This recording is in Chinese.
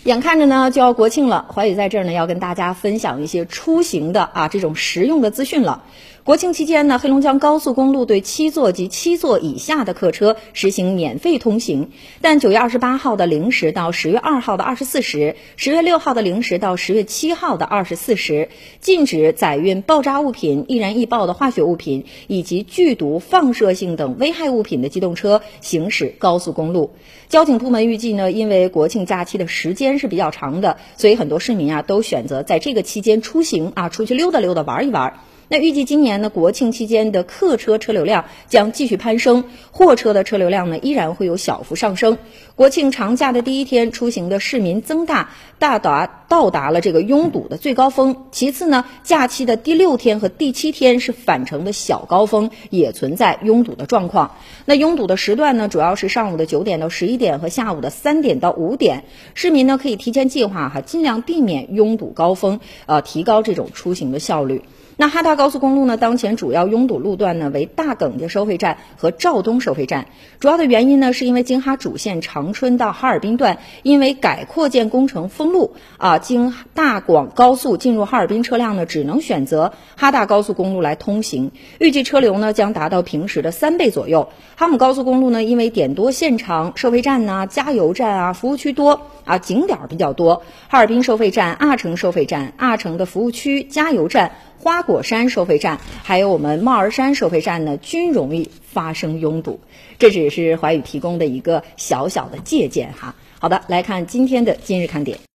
眼看着呢就要国庆了，怀宇在这儿呢要跟大家分享一些出行的这种实用的资讯了。国庆期间呢，黑龙江高速公路对7座及7座以下的客车实行免费通行，但9月28号的0时到10月2号的24时，10月6号的0时到10月7号的24时，禁止载运爆炸物品、易燃易爆的化学物品以及剧毒、放射性等危害物品的机动车行驶高速公路。交警部门预计呢，因为国庆假期的时间是比较长的，所以很多市民都选择在这个期间出行出去溜达溜达玩一玩。那预计今年呢，国庆期间的客车车流量将继续攀升，货车的车流量呢依然会有小幅上升。国庆长假的第一天，出行的市民增大，到达了这个拥堵的最高峰。其次呢，假期的第6天和第7天是返程的小高峰，也存在拥堵的状况。那拥堵的时段呢，主要是上午的9点到11点和下午的3点到5点。市民呢可以提前计划尽量避免拥堵高峰，提高这种出行的效率。那哈大高速公路呢，当前主要拥堵路段呢为大埂家收费站和肇东收费站，主要的原因呢是因为京哈主线长春到哈尔滨段因为改扩建工程封路经大广高速进入哈尔滨车辆呢只能选择哈大高速公路来通行，预计车流呢将达到平时的3倍左右。哈姆高速公路呢因为点多线长，收费站加油站服务区多景点比较多，哈尔滨收费站、阿城收费站、阿城的服务区、加油站、花果山收费站还有我们帽儿山收费站呢均容易发生拥堵。这只是怀宇提供的一个小小的借鉴好的，来看今天的今日看点。